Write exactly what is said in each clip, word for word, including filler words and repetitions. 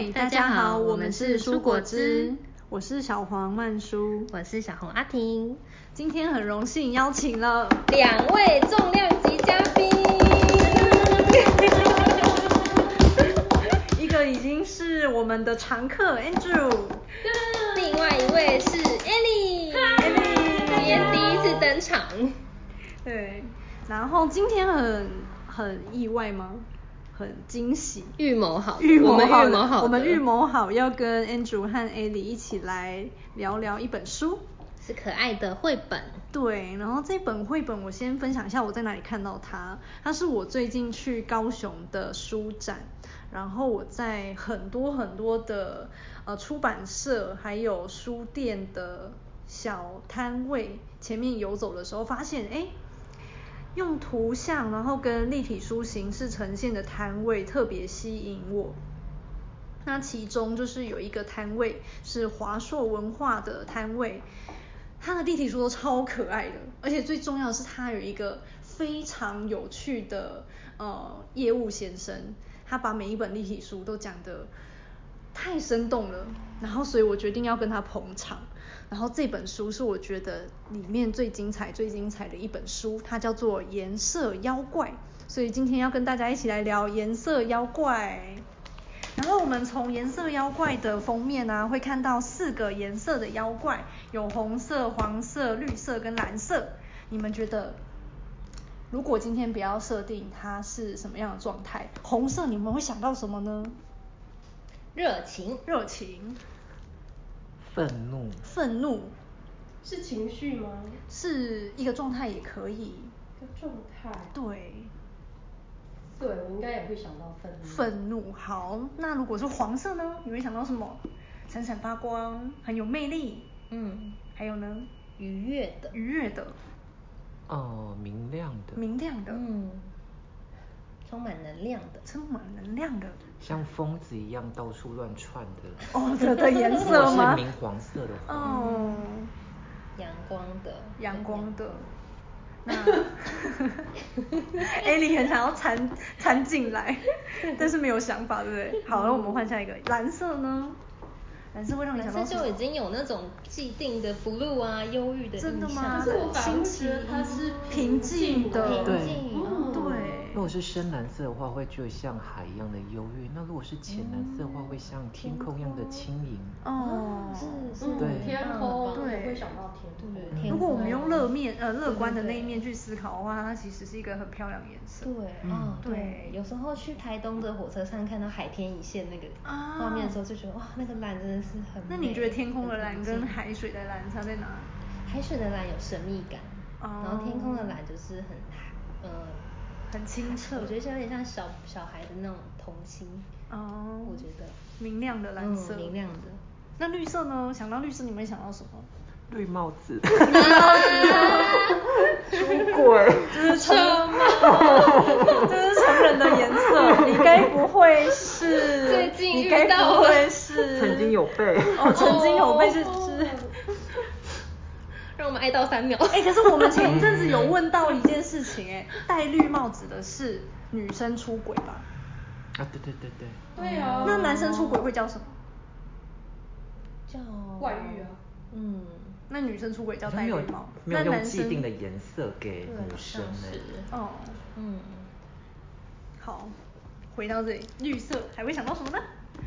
嗨，大家好，我们是蔬果汁，我是小黄曼舒， 我是小红阿婷。 今天很荣幸邀请了两位重量级嘉宾， 一个已经是我们的常客 Andrew， 另外一位是 Ellie， 今天第一次登场。 对，然后今天很很意外吗？很惊喜， 预谋好， 预谋好， 我们预谋好， 我们预谋好要跟 Andrew 和 Ellie 一起来聊聊一本书， 是可爱的绘本。 对，然后这本绘本我先分享一下我在哪里看到它，它是我最近去高雄的书展，然后我在很多很多的呃出版社还有书店的小摊位前面游走的时候，发现哎。用图像然后跟立体书形式呈现的摊位特别吸引我，那其中就是有一个摊位是华硕文化的摊位，它的立体书都超可爱的，而且最重要的是它有一个非常有趣的呃业务先生，他把每一本立体书都讲得太生动了，然后所以我决定要跟他捧场。然后这本书是我觉得里面最精彩最精彩的一本书，它叫做颜色妖怪，所以今天要跟大家一起来聊颜色妖怪。然后我们从颜色妖怪的封面啊，会看到四个颜色的妖怪，有红色、黄色、绿色跟蓝色。你们觉得如果今天不要设定它是什么样的状态，红色你们会想到什么呢？ 热情， 热情。 愤怒， 愤怒是情绪吗？ 是一个状态也可以。 一个状态。 对。 对，我应该也会想到愤怒。 愤怒，好，那如果是黄色呢？你会想到什么？闪闪发光，很有魅力。 嗯。 还有呢？ 愉悦的。 愉悦的。 哦，明亮的。 明亮的。 嗯。充满能量的。 充满能量的。 像疯子一样到处乱窜的。 哦，的的颜色吗？ 是明黄色的黄。 哦。 阳光的。 阳光的。那Ellie 很想要掺掺进来，但是没有想法，对不对？好，那我们换下一个，蓝色呢？蓝色会让你想到什么？ 蓝色就已经有那种既定的 blue 啊，忧郁的印象。 真的吗？ 可是我反而觉得它是平静的， 对， 嗯， 对。 如果是深蓝色的话，会觉得像海一样的忧郁；那如果是浅蓝色的话，会像天空一样的轻盈。 哦， 是是， 对， 天空， 对， 会想到天空。 如果我们用乐面呃乐观的那一面去思考的话，它其实是一个很漂亮的颜色。 对，嗯，对。有时候去台东的火车上看到海天一线那个画面的时候，就觉得哇，那个蓝真的是很美。 那你觉得天空的蓝跟海水的蓝差在哪？ 海水的蓝有神秘感， 哦、 然后天空的蓝就是很嗯、呃、 很清澈， 我觉得有点像小小孩的那种童心。哦，我觉得明亮的蓝色， 嗯、明亮的。 那绿色呢？想到绿色，你们会想到什么？ 绿帽子。 出轨，这是成，这是成人的颜色。你该不会是？ 最近遇到了。你该不会是？ 曾经有被。 哦，曾经有被是是。 让我们哀悼三秒。 哎、欸，可是我们前一阵子有问到一件事情、欸，哎，戴绿帽子的是女生出轨吧？ 啊，对对对对。 对啊。 那男生出轨会叫什么？ 叫外遇啊。 嗯。 那女生出轨叫戴绿帽， 没有用既定的颜色给女生呢。 哦，嗯，好，回到这里，绿色还会想到什么呢？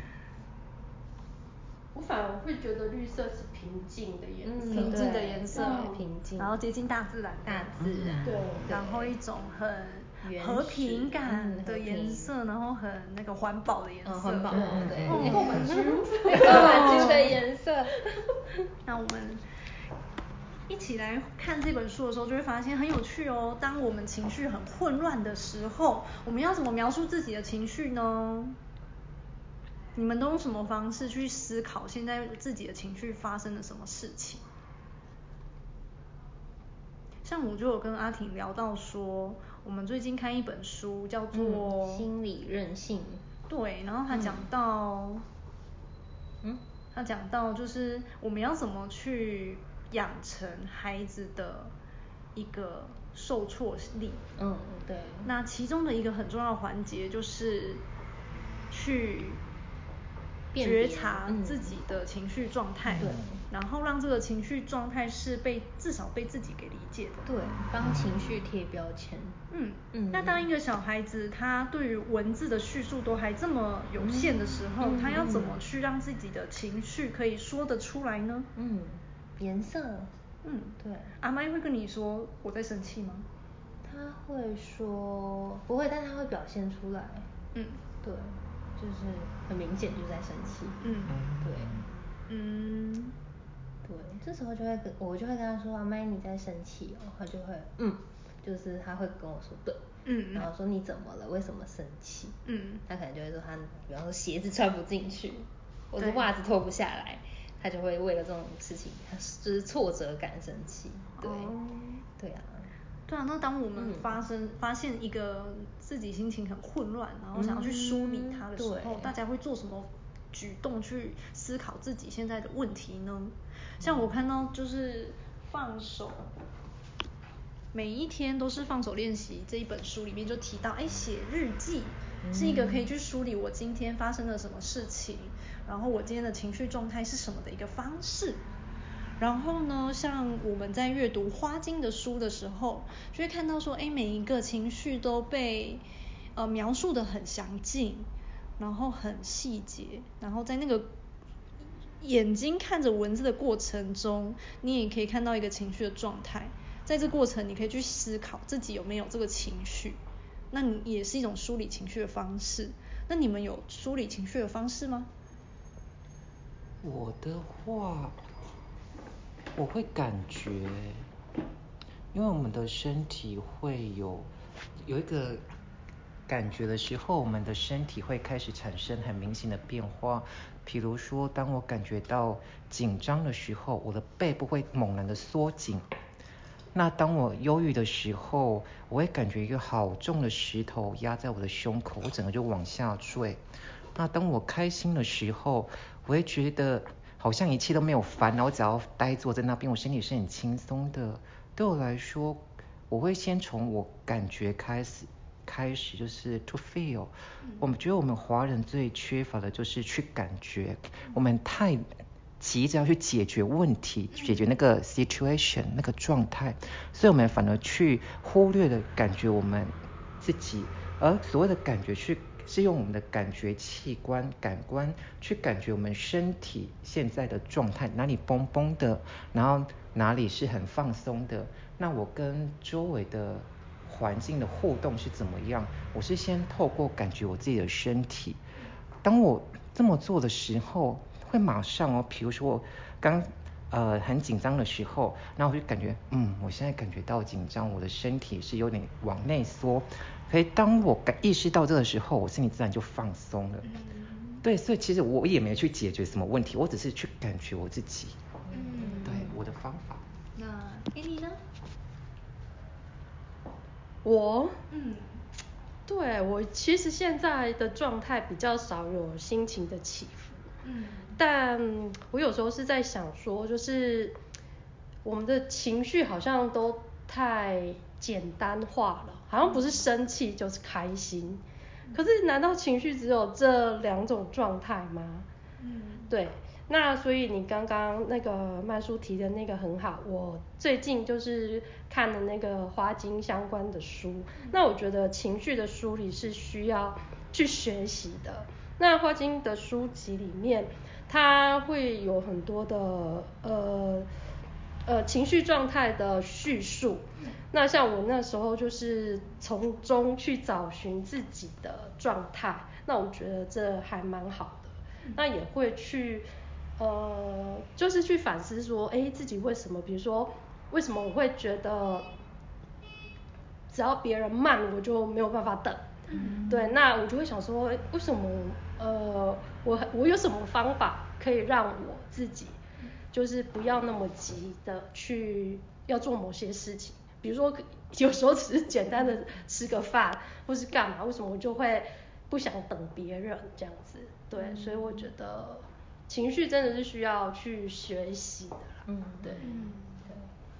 我反而会觉得绿色是平静的颜色， 平静的颜色， 平静， 然后接近大自然， 大自然， 对， 然后一种很和平感的颜色，然后很那个环保的颜色， 环保，对， 购买居， 购买居的颜色。 那我们一起来看这本书的时候，就会发现很有趣哦。当我们情绪很混乱的时候，我们要怎么描述自己的情绪呢？你们都用什么方式去思考现在自己的情绪发生了什么事情？像我就有跟阿婷聊到说，我们最近看一本书叫做 《心理韧性》。 对，然后他讲到，嗯，他讲到就是我们要怎么去养成孩子的一个受挫力。 嗯，对。 那其中的一个很重要的环节就是去觉察自己的情绪状态， 对、 嗯，然后让这个情绪状态是被至少被自己给理解的， 对，帮情绪贴标签。 嗯嗯。那当一个小孩子他对于文字的叙述都还这么有限的时候，嗯、他要怎么去让自己的情绪可以说得出来呢？ 嗯，颜色。 嗯， 对。 阿麦会跟你说我在生气吗？ 他会说不会，但他会表现出来。嗯，对，就是很明显就在生气。嗯，对，嗯，对，这时候就会跟我就会跟他说：“阿麦你在生气哦。”他就会嗯，就是他会跟我说对，嗯，然后说你怎么了？为什么生气？嗯，他可能就会说他，比方说鞋子穿不进去，或者袜子脱不下来。他就会为了这种事情，他就是挫折感生气，对，哦、对啊， 对啊。那当我们发生、嗯、发现一个自己心情很混乱，然后想要去梳理它的时候，嗯、大家会做什么举动去思考自己现在的问题呢？像我看到就是放手。每一天都是放手练习这一本书里面就提到，哎，写日记是一个可以去梳理我今天发生了什么事情，然后我今天的情绪状态是什么的一个方式。然后呢，像我们在阅读花精的书的时候，就会看到说，哎，每一个情绪都被呃描述得很详尽，然后很细节，然后在那个眼睛看着文字的过程中，你也可以看到一个情绪的状态。在这过程你可以去思考自己有没有这个情绪，那你也是一种梳理情绪的方式。那你们有梳理情绪的方式吗？ 我的话，我会感觉，因为我们的身体会有有一个感觉的时候，我们的身体会开始产生很明显的变化。比如说，当我感觉到紧张的时候，我的背部会猛然的缩紧。那当我忧郁的时候，我会感觉一个好重的石头压在我的胸口，我整个就往下坠。那当我开心的时候，我会觉得好像一切都没有烦恼，我只要呆坐在那边，我身体是很轻松的。对我来说，我会先从我感觉开始，开始就是 to feel。我们觉得我们华人最缺乏的就是去感觉，我们太急着要去解决问题，解决那个 situation 那个状态，所以我们反而去忽略了感觉我们自己。而所谓的感觉去是用我们的感觉器官感官去感觉我们身体现在的状态，哪里绷绷的，然后哪里是很放松的。那我跟周围的环境的互动是怎么样？我是先透过感觉我自己的身体。当我这么做的时候，会马上哦，比如说我刚呃很紧张的时候，那我就感觉嗯，我现在感觉到紧张，我的身体是有点往内缩。所以当我感意识到这个时候，我身体自然就放松了。嗯、对，所以其实我也没去解决什么问题，我只是去感觉我自己。嗯，对，我的方法。 那 Annie 呢？ 我，嗯，对，我其实现在的状态比较少有心情的起伏，嗯，但我有时候是在想说，就是我们的情绪好像都太简单化了，好像不是生气就是开心，嗯、可是难道情绪只有这两种状态吗？嗯，对。那所以你刚刚那个曼舒提的那个很好，我最近就是看了那个花精相关的书，那我觉得情绪的梳理是需要去学习的。那花精的书籍里面，它会有很多的呃呃情绪状态的叙述。那像我那时候就是从中去找寻自己的状态，那我觉得这还蛮好的。那也会去。呃，就是去反思说，哎，自己为什么，比如说，为什么我会觉得，只要别人慢，我就没有办法等。嗯。对，那我就会想说，为什么，呃，我我有什么方法可以让我自己，就是不要那么急的去要做某些事情，比如说有时候只是简单的吃个饭，或是干嘛，为什么我就会不想等别人这样子？对，嗯、所以我觉得。情绪真的是需要去学习的啦。嗯，对，嗯，对。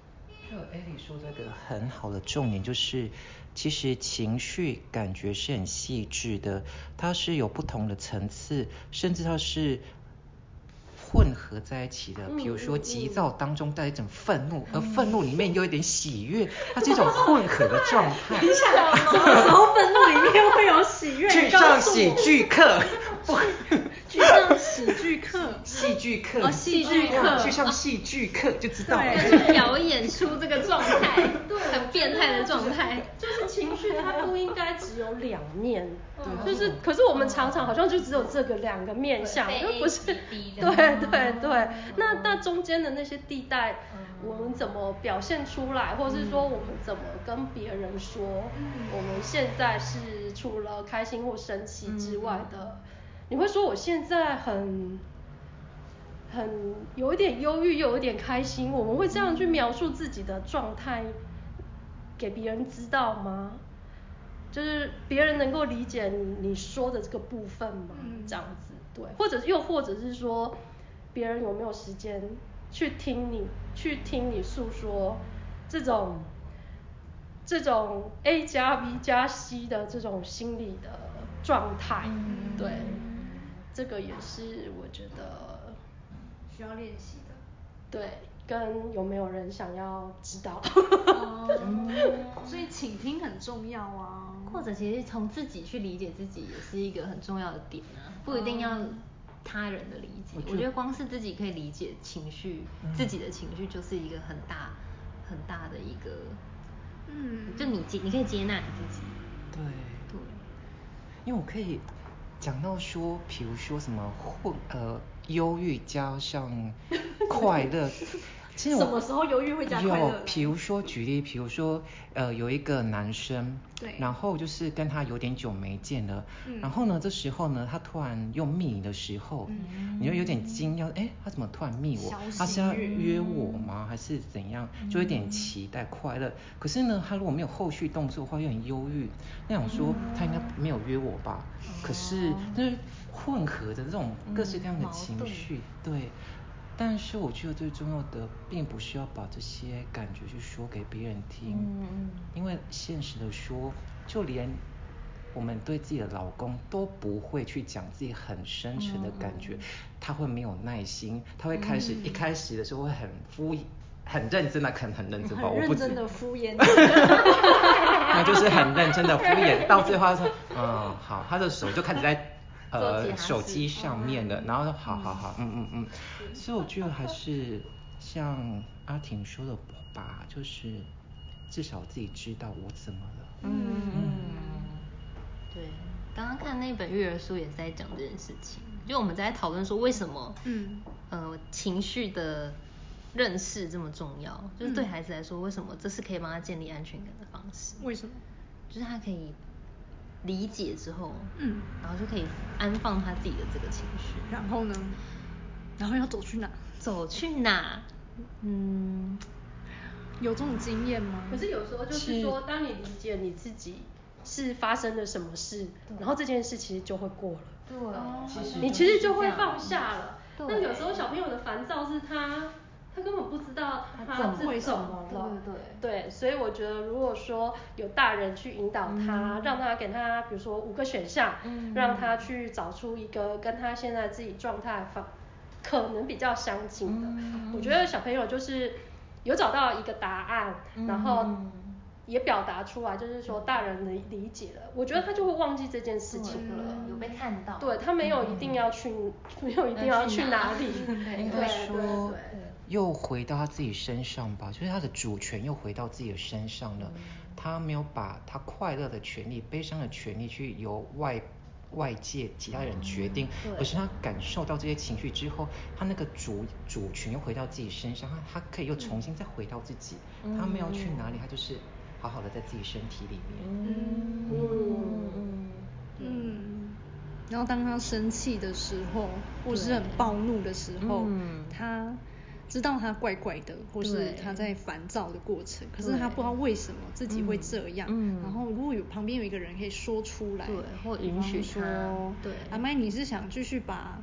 就艾莉说这个很好的重点就是，其实情绪感觉是很细致的，它是有不同的层次，甚至它是混合在一起的。比如说急躁当中带一种愤怒，而愤怒里面又有一点喜悦，它是一种混合的状态。 你想什么时候愤怒里面会有喜悦？ 去上喜剧课。 去上喜剧课， 戏剧课， 哦，戏剧课， 去上戏剧课就知道了。 对，表演出这个状态，对，很变态的状态。 就是情绪它不应该只有两面，就是可是我们常常好像就只有这个两个面向，就不是，对对对。那那中间的那些地带，我们怎么表现出来，或者是说我们怎么跟别人说，我们现在是除了开心或生气之外的。你会说我现在很很有一点忧郁，又有一点开心，我们会这样去描述自己的状态给别人知道吗？就是别人能够理解你你说的这个部分吗？这样子，对，或者又或者是说别人有没有时间去听你去听你诉说这种这种 A 加 B 加 C 的这种心理的状态，对。这个也是我觉得需要练习的。 对，跟有没有人想要知道。 哦，所以倾听很重要啊。 或者其实从自己去理解自己也是一个很重要的点啊，不一定要他人的理解。我觉得光是自己可以理解情绪，自己的情绪就是一个很大很大的一个，嗯，就你接你可以接纳你自己。 对。 对。 因为我可以讲到说，比如说什么混呃忧郁加上快乐， 其实什么时候忧郁会加快乐？ 有，比如说举例，比如说呃有一个男生， 对， 然后就是跟他有点久没见了，嗯、然后呢这时候呢他突然又密你的时候，嗯、你就有点惊讶，哎，他怎么突然密我？他是要约我吗？还是怎样？就有点期待快乐。可是呢，他如果没有后续动作的话，又很忧郁。那想说他应该没有约我吧？嗯、可是就是混合的这种各式各样的情绪，嗯、对。但是我觉得最重要的，并不是要把这些感觉去说给别人听，嗯、因为现实的说，就连我们对自己的老公都不会去讲自己很深沉的感觉，嗯、他会没有耐心，他会开始、嗯、一开始的时候会很敷衍。很认真的，可能很认真吧， 很认真的敷衍， 那就是很认真的敷衍，到最后他说，嗯，好，他的手就开始在呃手机上面了，然后说，好好好，嗯嗯嗯，所以我觉得还是像阿婷说的吧，就是至少自己知道我怎么了。 嗯嗯，对，刚刚看那本育儿书也是在讲这件事情，就我们在讨论说为什么，嗯呃情绪的认识这么重要，就是对孩子来说，为什么这是可以帮他建立安全感的方式？ 为什么？ 就是他可以理解之后，嗯，然后就可以安放他自己的这个情绪。 然后呢？然后要走去哪？ 走去哪？嗯， 有这种经验吗？ 可是有时候就是说，当你理解你自己是发生了什么事，然后这件事其实就会过了。 对， 其实你其实就会放下了。但有时候小朋友的烦躁是他。他根本不知道他是怎么了， 对对对，所以我觉得如果说有大人去引导他，嗯、让他给他比如说五个选项，嗯、让他去找出一个跟他现在自己状态方可能比较相近的，嗯、我觉得小朋友就是有找到一个答案，嗯、然后也表达出来，就是说大人理理解了，我觉得他就会忘记这件事情了， 嗯、有被看到， 对他没有一定要去，嗯、没有一定要去哪里， 应该说又回到他自己身上吧，就是他的主权又回到自己的身上了，嗯、他没有把他快乐的权利、悲伤的权利去由外外界其他人决定，嗯、而是他感受到这些情绪之后，他那个主主权又回到自己身上，他他可以又重新再回到自己，嗯、他没有去哪里，他就是好好的在自己身体里面。 嗯嗯嗯嗯。然后当他生气的时候，或是很暴怒的时候，嗯、他知道他怪怪的，或是他在烦躁的过程，可是他不知道为什么自己会这样。嗯、然后如果有旁边有一个人可以说出来， 对，或允许他， 对，阿麦，你是想继续把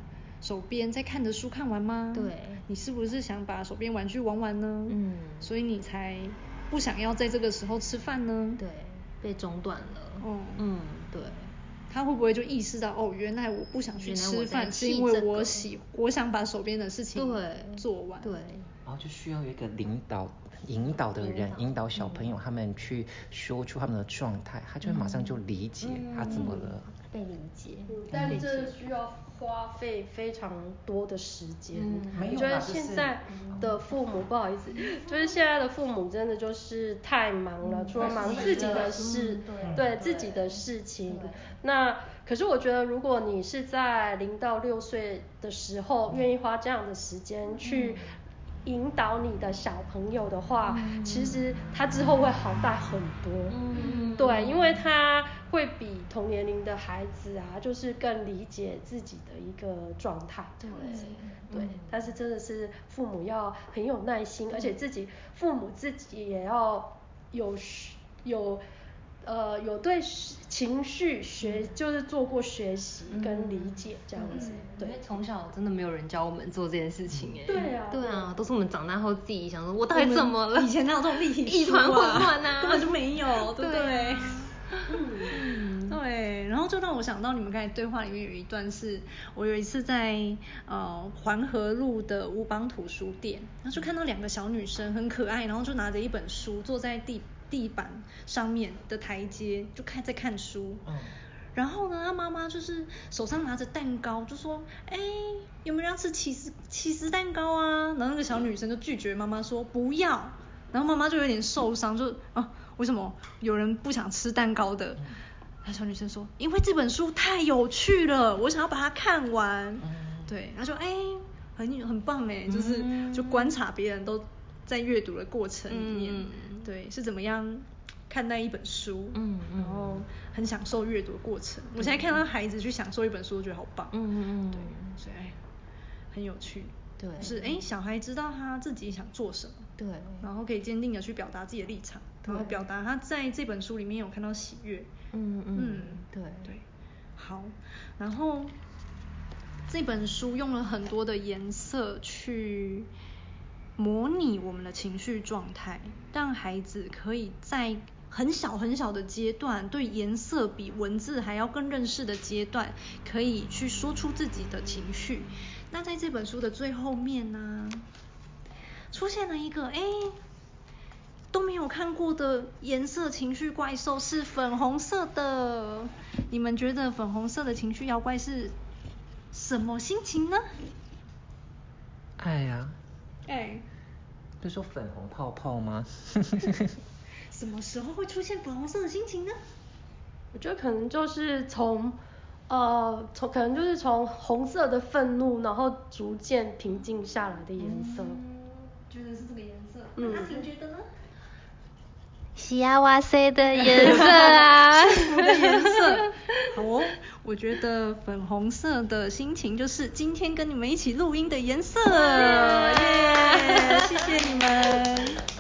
手边在看的书看完吗？ 对。 你是不是想把手边玩具玩完呢？ 嗯。 所以你才不想要在这个时候吃饭呢？ 对，被中断了。 哦。 嗯，对。 他会不会就意识到，哦，原来我不想去吃饭，是因为我喜我想把手边的事情做完。 对。 然后就需要有一个领导引导的人，引导小朋友他们去说出他们的状态，他就会马上就理解他怎么了。 被理解。 但这需要花费非常多的时间。 没有啦， 我觉得现在的父母，不好意思，就是现在的父母真的就是太忙了，除了忙自己的事，对自己的事情。那可是我觉得，如果你是在零到六岁的时候，愿意花这样的时间去引导你的小朋友的话，嗯、其实他之后会好带很多。嗯，对，因为他会比同年龄的孩子啊，就是更理解自己的一个状态。对，对，但是真的是父母要很有耐心，而且自己父母自己也要有有。呃，有对情绪学就是做过学习跟理解这样子，嗯、对。 因为从小真的没有人教我们做这件事情哎。 对啊。 对啊，都是我们长大后自己想说，我到底怎么了？ 以前哪有这种立体书啊？ 一团混乱啊， 根本就没有，对不对？ 对啊嗯，对。然后就让我想到你们刚才对话里面有一段是，我有一次在呃环河路的乌邦图书店，然后就看到两个小女生很可爱，然后就拿着一本书坐在地。地板上面的台阶就看在看书，嗯，然后呢，他妈妈就是手上拿着蛋糕，就说：“哎，有没有人要吃起司起司蛋糕啊？”然后那个小女生就拒绝妈妈说不要，然后妈妈就有点受伤，就啊，为什么有人不想吃蛋糕的？嗯，然后小女生说：“因为这本书太有趣了，我想要把它看完。”嗯，对，然后就哎，很很棒哎，就是就观察别人都在阅读的过程里面。嗯对，是怎么样看待一本书，嗯，然后很享受阅读的过程。我现在看到孩子去享受一本书，我觉得好棒，嗯嗯对，所以哎，很有趣，对，就是哎，小孩知道他自己想做什么，对，然后可以坚定的去表达自己的立场，然后表达他在这本书里面有看到喜悦，嗯嗯，对对，好，然后这本书用了很多的颜色去模拟我们的情绪状态，让孩子可以在很小很小的阶段，对颜色比文字还要更认识的阶段，可以去说出自己的情绪。那在这本书的最后面呢，出现了一个哎都没有看过的颜色情绪怪兽，是粉红色的。你们觉得粉红色的情绪妖怪是什么心情呢？ 爱呀、啊。 爱。 就说粉红泡泡吗？ 什么时候会出现粉红色的心情呢？ 我觉得可能就是从呃从可能就是从红色的愤怒，然后逐渐平静下来的颜色。 嗯，觉得是这个颜色。嗯，阿婷觉得呢？ 幸せ的颜色啊， 幸福的颜色。好哦，我觉得粉红色的心情就是今天跟你们一起录音的颜色。耶，谢谢你们。